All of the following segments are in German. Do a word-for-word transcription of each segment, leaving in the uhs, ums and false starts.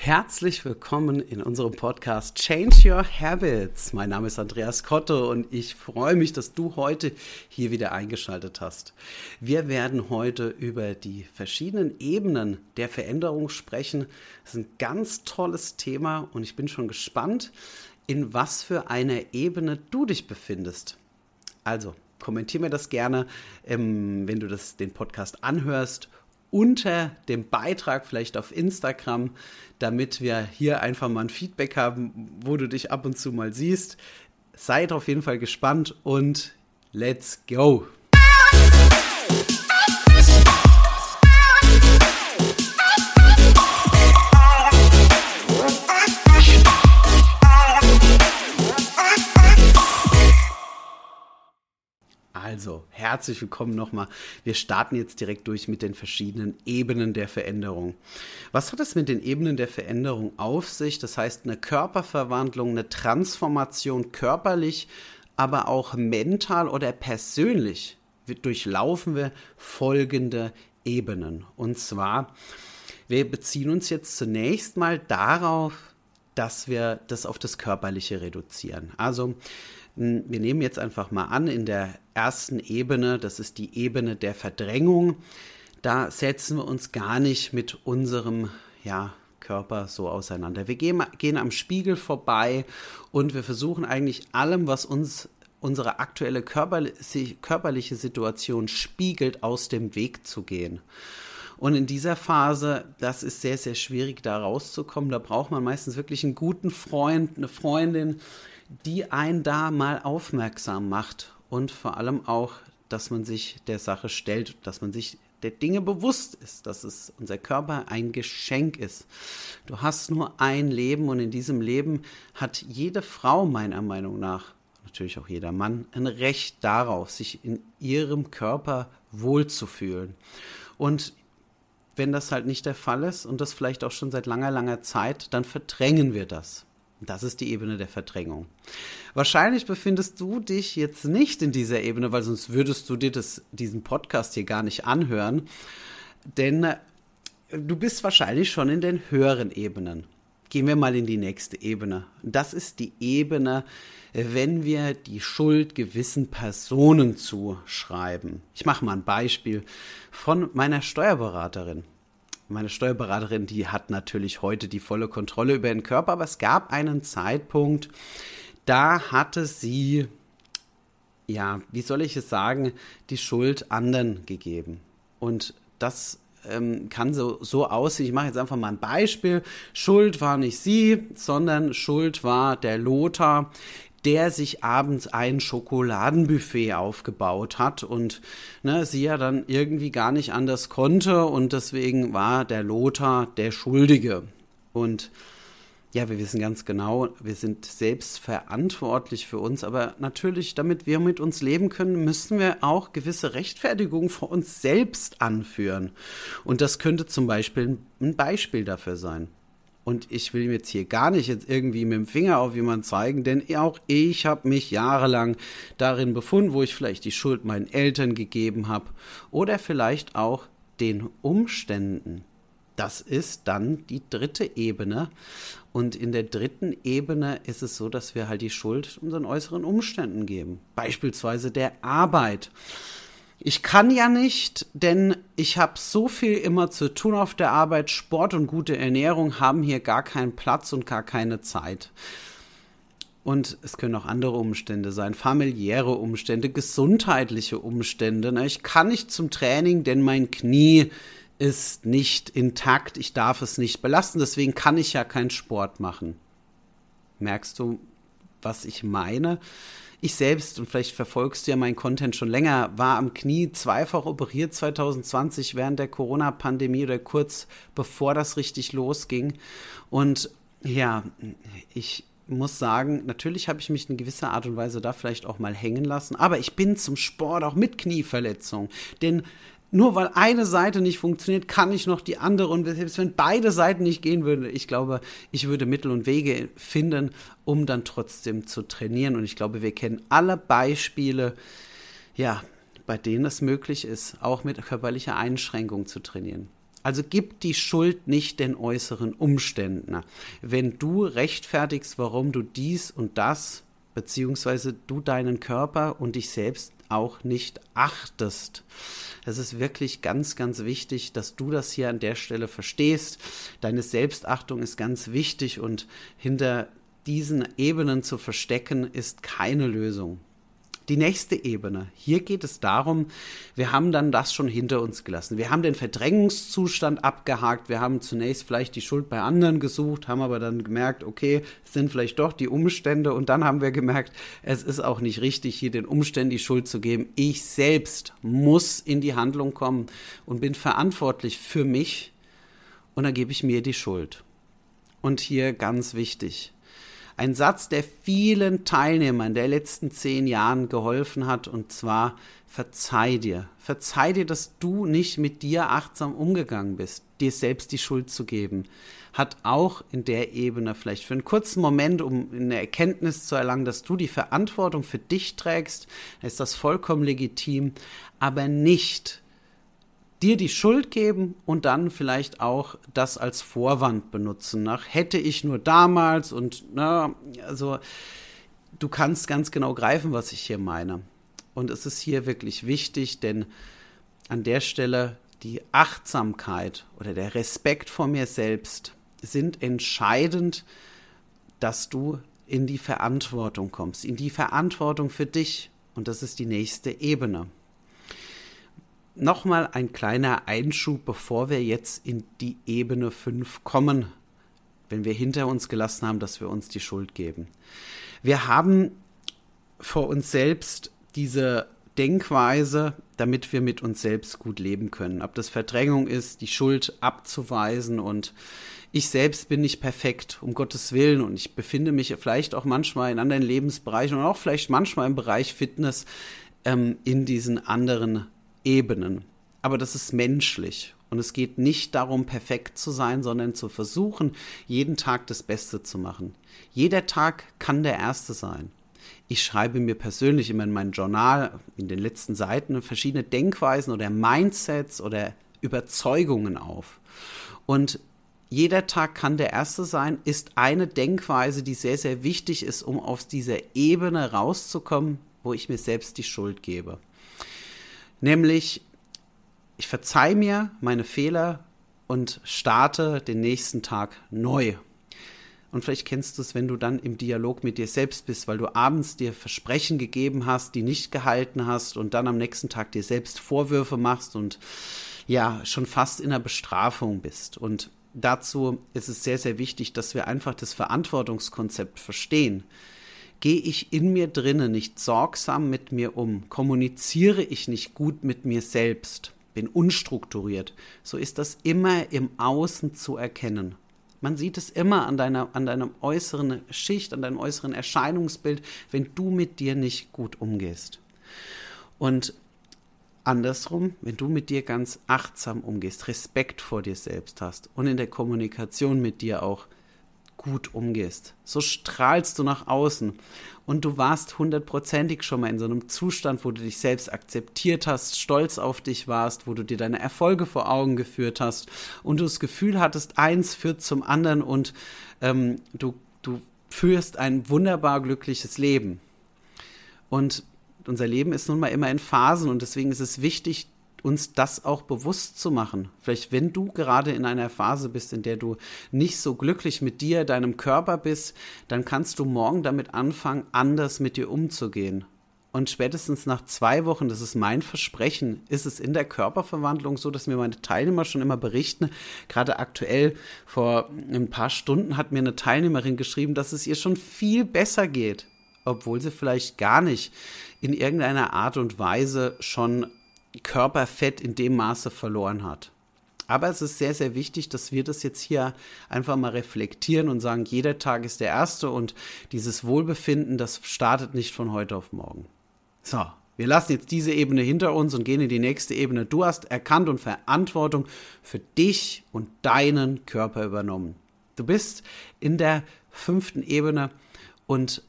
Herzlich willkommen in unserem Podcast Change Your Habits. Mein Name ist Andreas Kotte und ich freue mich, dass du heute hier wieder eingeschaltet hast. Wir werden heute über die verschiedenen Ebenen der Veränderung sprechen. Das ist ein ganz tolles Thema und ich bin schon gespannt, in was für einer Ebene du dich befindest. Also, kommentier mir das gerne, ähm, wenn du das, den Podcast anhörst, unter dem Beitrag vielleicht auf Instagram, damit wir hier einfach mal ein Feedback haben, wo du dich ab und zu mal siehst. Seid auf jeden Fall gespannt und let's go! Also, herzlich willkommen nochmal. Wir starten jetzt direkt durch mit den verschiedenen Ebenen der Veränderung. Was hat es mit den Ebenen der Veränderung auf sich? Das heißt, eine Körperverwandlung, eine Transformation körperlich, aber auch mental oder persönlich durchlaufen wir folgende Ebenen. Und zwar, wir beziehen uns jetzt zunächst mal darauf, dass wir das auf das Körperliche reduzieren. Also, wir nehmen jetzt einfach mal an, in der ersten Ebene, das ist die Ebene der Verdrängung, da setzen wir uns gar nicht mit unserem ja, Körper so auseinander. Wir gehen, gehen am Spiegel vorbei und wir versuchen eigentlich allem, was uns unsere aktuelle körperliche, körperliche Situation spiegelt, aus dem Weg zu gehen. Und in dieser Phase, das ist sehr, sehr schwierig, da rauszukommen. Da braucht man meistens wirklich einen guten Freund, eine Freundin, die einen da mal aufmerksam macht und vor allem auch, dass man sich der Sache stellt, dass man sich der Dinge bewusst ist, dass es unser Körper ein Geschenk ist. Du hast nur ein Leben und in diesem Leben hat jede Frau meiner Meinung nach, natürlich auch jeder Mann, ein Recht darauf, sich in ihrem Körper wohlzufühlen. Und wenn das halt nicht der Fall ist und das vielleicht auch schon seit langer, langer Zeit, dann verdrängen wir das. Das ist die Ebene der Verdrängung. Wahrscheinlich befindest du dich jetzt nicht in dieser Ebene, weil sonst würdest du dir das, diesen Podcast hier gar nicht anhören. Denn äh, du bist wahrscheinlich schon in den höheren Ebenen. Gehen wir mal in die nächste Ebene. Das ist die Ebene, wenn wir die Schuld gewissen Personen zuschreiben. Ich mache mal ein Beispiel von meiner Steuerberaterin. Meine Steuerberaterin, die hat natürlich heute die volle Kontrolle über ihren Körper, aber es gab einen Zeitpunkt, da hatte sie, ja, wie soll ich es sagen, die Schuld anderen gegeben. Und das ähm, kann so, so aussehen, ich mache jetzt einfach mal ein Beispiel. Schuld war nicht sie, sondern Schuld war der Lothar, der sich abends ein Schokoladenbuffet aufgebaut hat und ne, sie ja dann irgendwie gar nicht anders konnte und deswegen war der Lothar der Schuldige. Und ja, wir wissen ganz genau, wir sind selbst verantwortlich für uns, aber natürlich, damit wir mit uns leben können, müssen wir auch gewisse Rechtfertigungen vor uns selbst anführen. Und das könnte zum Beispiel ein Beispiel dafür sein. Und ich will jetzt hier gar nicht jetzt irgendwie mit dem Finger auf jemanden zeigen, denn auch ich habe mich jahrelang darin befunden, wo ich vielleicht die Schuld meinen Eltern gegeben habe oder vielleicht auch den Umständen. Das ist dann die dritte Ebene. Und in der dritten Ebene ist es so, dass wir halt die Schuld unseren äußeren Umständen geben. Beispielsweise der Arbeit. Ich kann ja nicht, denn ich habe so viel immer zu tun auf der Arbeit. Sport und gute Ernährung haben hier gar keinen Platz und gar keine Zeit. Und es können auch andere Umstände sein, familiäre Umstände, gesundheitliche Umstände. Ich kann nicht zum Training, denn mein Knie ist nicht intakt. Ich darf es nicht belasten, deswegen kann ich ja keinen Sport machen. Merkst du, was ich meine? Ich selbst, und vielleicht verfolgst du ja meinen Content schon länger, war am Knie zweifach operiert zwanzig zwanzig während der Corona-Pandemie oder kurz bevor das richtig losging. Und ja, ich muss sagen, natürlich habe ich mich in gewisser Art und Weise da vielleicht auch mal hängen lassen, aber ich bin zum Sport auch mit Knieverletzung, denn nur weil eine Seite nicht funktioniert, kann ich noch die andere. Und selbst wenn beide Seiten nicht gehen würden, ich glaube, ich würde Mittel und Wege finden, um dann trotzdem zu trainieren. Und ich glaube, wir kennen alle Beispiele, ja, bei denen es möglich ist, auch mit körperlicher Einschränkung zu trainieren. Also gib die Schuld nicht den äußeren Umständen. Wenn du rechtfertigst, warum du dies und das, beziehungsweise du deinen Körper und dich selbst auch nicht achtest. Es ist wirklich ganz, ganz wichtig, dass du das hier an der Stelle verstehst. Deine Selbstachtung ist ganz wichtig und hinter diesen Ebenen zu verstecken, ist keine Lösung. Die nächste Ebene, hier geht es darum, wir haben dann das schon hinter uns gelassen. Wir haben den Verdrängungszustand abgehakt, wir haben zunächst vielleicht die Schuld bei anderen gesucht, haben aber dann gemerkt, okay, es sind vielleicht doch die Umstände und dann haben wir gemerkt, es ist auch nicht richtig, hier den Umständen die Schuld zu geben. Ich selbst muss in die Handlung kommen und bin verantwortlich für mich und dann gebe ich mir die Schuld. Und hier ganz wichtig, ein Satz, der vielen Teilnehmern der letzten zehn Jahren geholfen hat, und zwar: Verzeih dir. Verzeih dir, dass du nicht mit dir achtsam umgegangen bist, dir selbst die Schuld zu geben. Hat auch in der Ebene vielleicht für einen kurzen Moment, um eine Erkenntnis zu erlangen, dass du die Verantwortung für dich trägst, ist das vollkommen legitim, aber nicht dir die Schuld geben und dann vielleicht auch das als Vorwand benutzen. Nach hätte ich nur damals und na, also du kannst ganz genau greifen, was ich hier meine. Und es ist hier wirklich wichtig, denn an der Stelle die Achtsamkeit oder der Respekt vor mir selbst sind entscheidend, dass du in die Verantwortung kommst, in die Verantwortung für dich. Und das ist die nächste Ebene. Nochmal ein kleiner Einschub, bevor wir jetzt in die Ebene fünf kommen, wenn wir hinter uns gelassen haben, dass wir uns die Schuld geben. Wir haben vor uns selbst diese Denkweise, damit wir mit uns selbst gut leben können. Ob das Verdrängung ist, die Schuld abzuweisen und ich selbst bin nicht perfekt, um Gottes Willen, und ich befinde mich vielleicht auch manchmal in anderen Lebensbereichen und auch vielleicht manchmal im Bereich Fitness ähm, in diesen anderen Ebenen. Aber das ist menschlich und es geht nicht darum, perfekt zu sein, sondern zu versuchen, jeden Tag das Beste zu machen. Jeder Tag kann der erste sein. Ich schreibe mir persönlich immer in mein Journal, in den letzten Seiten, verschiedene Denkweisen oder Mindsets oder Überzeugungen auf. Und jeder Tag kann der erste sein, ist eine Denkweise, die sehr, sehr wichtig ist, um aus dieser Ebene rauszukommen, wo ich mir selbst die Schuld gebe. Nämlich, ich verzeihe mir meine Fehler und starte den nächsten Tag neu. Und vielleicht kennst du es, wenn du dann im Dialog mit dir selbst bist, weil du abends dir Versprechen gegeben hast, die nicht gehalten hast und dann am nächsten Tag dir selbst Vorwürfe machst und ja, schon fast in einer Bestrafung bist. Und dazu ist es sehr, sehr wichtig, dass wir einfach das Verantwortungskonzept verstehen. Gehe ich in mir drinnen nicht sorgsam mit mir um? Kommuniziere ich nicht gut mit mir selbst? Bin unstrukturiert? So ist das immer im Außen zu erkennen. Man sieht es immer an deiner, an deinem äußeren Schicht, an deinem äußeren Erscheinungsbild, wenn du mit dir nicht gut umgehst. Und andersrum, wenn du mit dir ganz achtsam umgehst, Respekt vor dir selbst hast und in der Kommunikation mit dir auch gut umgehst, so strahlst du nach außen und du warst hundertprozentig schon mal in so einem Zustand, wo du dich selbst akzeptiert hast, stolz auf dich warst, wo du dir deine Erfolge vor Augen geführt hast und du das Gefühl hattest, eins führt zum anderen und ähm, du, du führst ein wunderbar glückliches Leben. Und unser Leben ist nun mal immer in Phasen und deswegen ist es wichtig, uns das auch bewusst zu machen. Vielleicht, wenn du gerade in einer Phase bist, in der du nicht so glücklich mit dir, deinem Körper bist, dann kannst du morgen damit anfangen, anders mit dir umzugehen. Und spätestens nach zwei Wochen, das ist mein Versprechen, ist es in der Körperverwandlung so, dass mir meine Teilnehmer schon immer berichten. Gerade aktuell, vor ein paar Stunden hat mir eine Teilnehmerin geschrieben, dass es ihr schon viel besser geht, obwohl sie vielleicht gar nicht in irgendeiner Art und Weise schon Körperfett in dem Maße verloren hat. Aber es ist sehr, sehr wichtig, dass wir das jetzt hier einfach mal reflektieren und sagen, jeder Tag ist der erste und dieses Wohlbefinden, das startet nicht von heute auf morgen. So, wir lassen jetzt diese Ebene hinter uns und gehen in die nächste Ebene. Du hast erkannt und Verantwortung für dich und deinen Körper übernommen. Du bist in der fünften Ebene und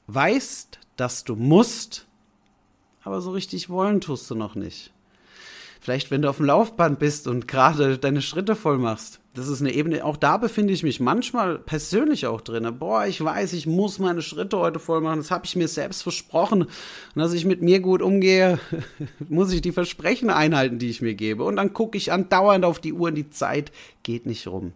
weißt, dass du musst, aber so richtig wollen tust du noch nicht. Vielleicht, wenn du auf dem Laufband bist und gerade deine Schritte voll machst. Das ist eine Ebene, auch da befinde ich mich manchmal persönlich auch drin. Boah, ich weiß, ich muss meine Schritte heute voll machen. Das habe ich mir selbst versprochen. Und dass ich mit mir gut umgehe, muss ich die Versprechen einhalten, die ich mir gebe. Und dann gucke ich andauernd auf die Uhr und die Zeit geht nicht rum.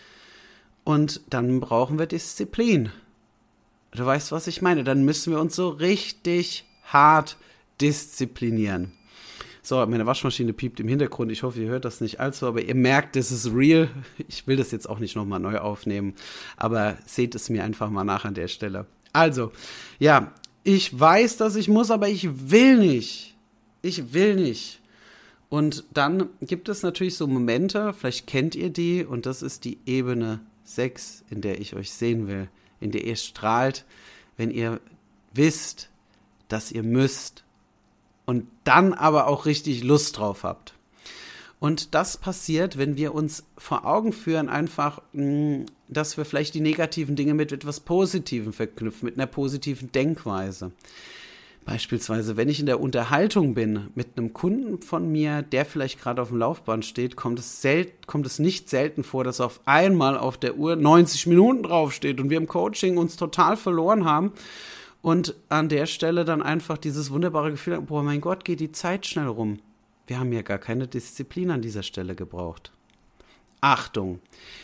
Und dann brauchen wir Disziplin. Du weißt, was ich meine. Dann müssen wir uns so richtig hart disziplinieren. So, meine Waschmaschine piept im Hintergrund. Ich hoffe, ihr hört das nicht allzu, aber ihr merkt, es ist real. Ich will das jetzt auch nicht nochmal neu aufnehmen, aber seht es mir einfach mal nach an der Stelle. Also, ja, ich weiß, dass ich muss, aber ich will nicht. Ich will nicht. Und dann gibt es natürlich so Momente, vielleicht kennt ihr die, und das ist die Ebene sechs, in der ich euch sehen will, in der ihr strahlt, wenn ihr wisst, dass ihr müsst. Und dann aber auch richtig Lust drauf habt. Und das passiert, wenn wir uns vor Augen führen, einfach, dass wir vielleicht die negativen Dinge mit etwas Positivem verknüpfen, mit einer positiven Denkweise. Beispielsweise, wenn ich in der Unterhaltung bin mit einem Kunden von mir, der vielleicht gerade auf dem Laufband steht, kommt es, sel- kommt es nicht selten vor, dass auf einmal auf der Uhr neunzig Minuten draufsteht und wir im Coaching uns total verloren haben. Und an der Stelle dann einfach dieses wunderbare Gefühl, boah, mein Gott, geht die Zeit schnell rum. Wir haben ja gar keine Disziplin an dieser Stelle gebraucht. Achtung,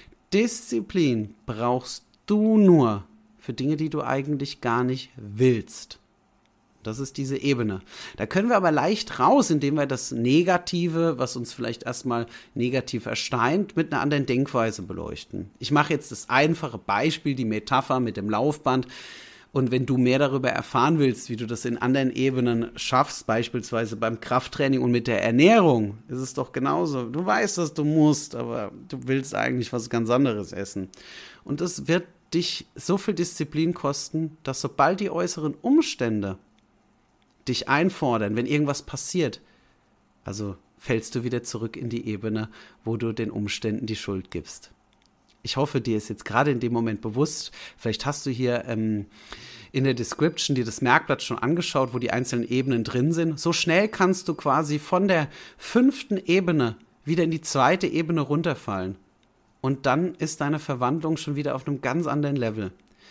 Disziplin brauchst du nur für Dinge, die du eigentlich gar nicht willst. Das ist diese Ebene. Da können wir aber leicht raus, indem wir das Negative, was uns vielleicht erstmal negativ erscheint, mit einer anderen Denkweise beleuchten. Ich mache jetzt das einfache Beispiel, die Metapher mit dem Laufband. Und wenn du mehr darüber erfahren willst, wie du das in anderen Ebenen schaffst, beispielsweise beim Krafttraining und mit der Ernährung, ist es doch genauso. Du weißt, dass du musst, aber du willst eigentlich was ganz anderes essen. Und das wird dich so viel Disziplin kosten, dass sobald die äußeren Umstände dich einfordern, wenn irgendwas passiert, also fällst du wieder zurück in die Ebene, wo du den Umständen die Schuld gibst. Ich hoffe, dir ist jetzt gerade in dem Moment bewusst, vielleicht hast du hier ähm, in der Description dir das Merkblatt schon angeschaut, wo die einzelnen Ebenen drin sind. So schnell kannst du quasi von der fünften Ebene wieder in die zweite Ebene runterfallen. Und dann ist deine Verwandlung schon wieder auf einem ganz anderen Level.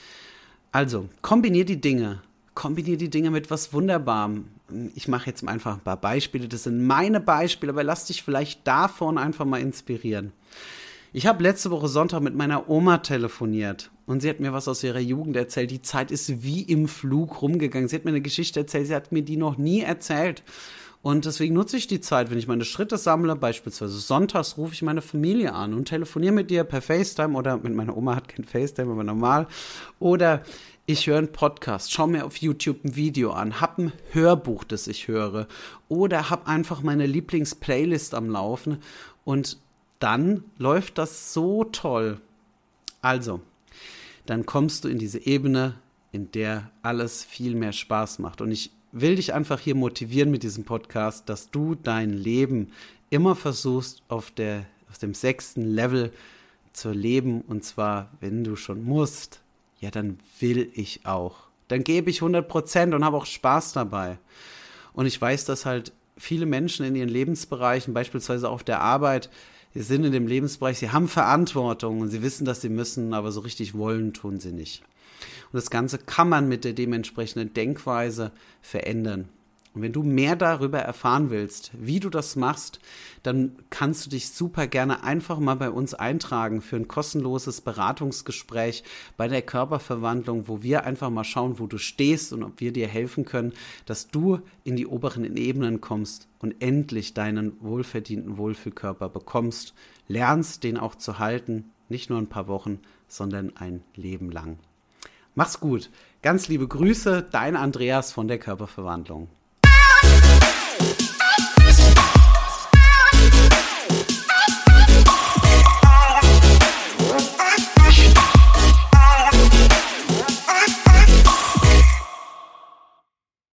Also, kombinier die Dinge. Kombinier die Dinge mit was Wunderbarem. Ich mache jetzt einfach ein paar Beispiele. Das sind meine Beispiele, aber lass dich vielleicht davon einfach mal inspirieren. Ich habe letzte Woche Sonntag mit meiner Oma telefoniert und sie hat mir was aus ihrer Jugend erzählt. Die Zeit ist wie im Flug rumgegangen. Sie hat mir eine Geschichte erzählt, sie hat mir die noch nie erzählt. Und deswegen nutze ich die Zeit, wenn ich meine Schritte sammle, beispielsweise sonntags rufe ich meine Familie an und telefoniere mit ihr per FaceTime oder mit meiner Oma hat kein FaceTime, aber normal. Oder ich höre einen Podcast, schaue mir auf YouTube ein Video an, habe ein Hörbuch, das ich höre oder habe einfach meine Lieblings-Playlist am Laufen und dann läuft das so toll. Also, dann kommst du in diese Ebene, in der alles viel mehr Spaß macht. Und ich will dich einfach hier motivieren mit diesem Podcast, dass du dein Leben immer versuchst, auf, der, auf dem sechsten Level zu leben. Und zwar, wenn du schon musst, ja, dann will ich auch. Dann gebe ich hundert Prozent und habe auch Spaß dabei. Und ich weiß, dass halt viele Menschen in ihren Lebensbereichen, beispielsweise auf der Arbeit, sie sind in dem Lebensbereich, sie haben Verantwortung und sie wissen, dass sie müssen, aber so richtig wollen, tun sie nicht. Und das Ganze kann man mit der dementsprechenden Denkweise verändern. Und wenn du mehr darüber erfahren willst, wie du das machst, dann kannst du dich super gerne einfach mal bei uns eintragen für ein kostenloses Beratungsgespräch bei der Körperverwandlung, wo wir einfach mal schauen, wo du stehst und ob wir dir helfen können, dass du in die oberen Ebenen kommst und endlich deinen wohlverdienten Wohlfühlkörper bekommst, lernst, den auch zu halten, nicht nur ein paar Wochen, sondern ein Leben lang. Mach's gut. Ganz liebe Grüße, dein Andreas von der Körperverwandlung.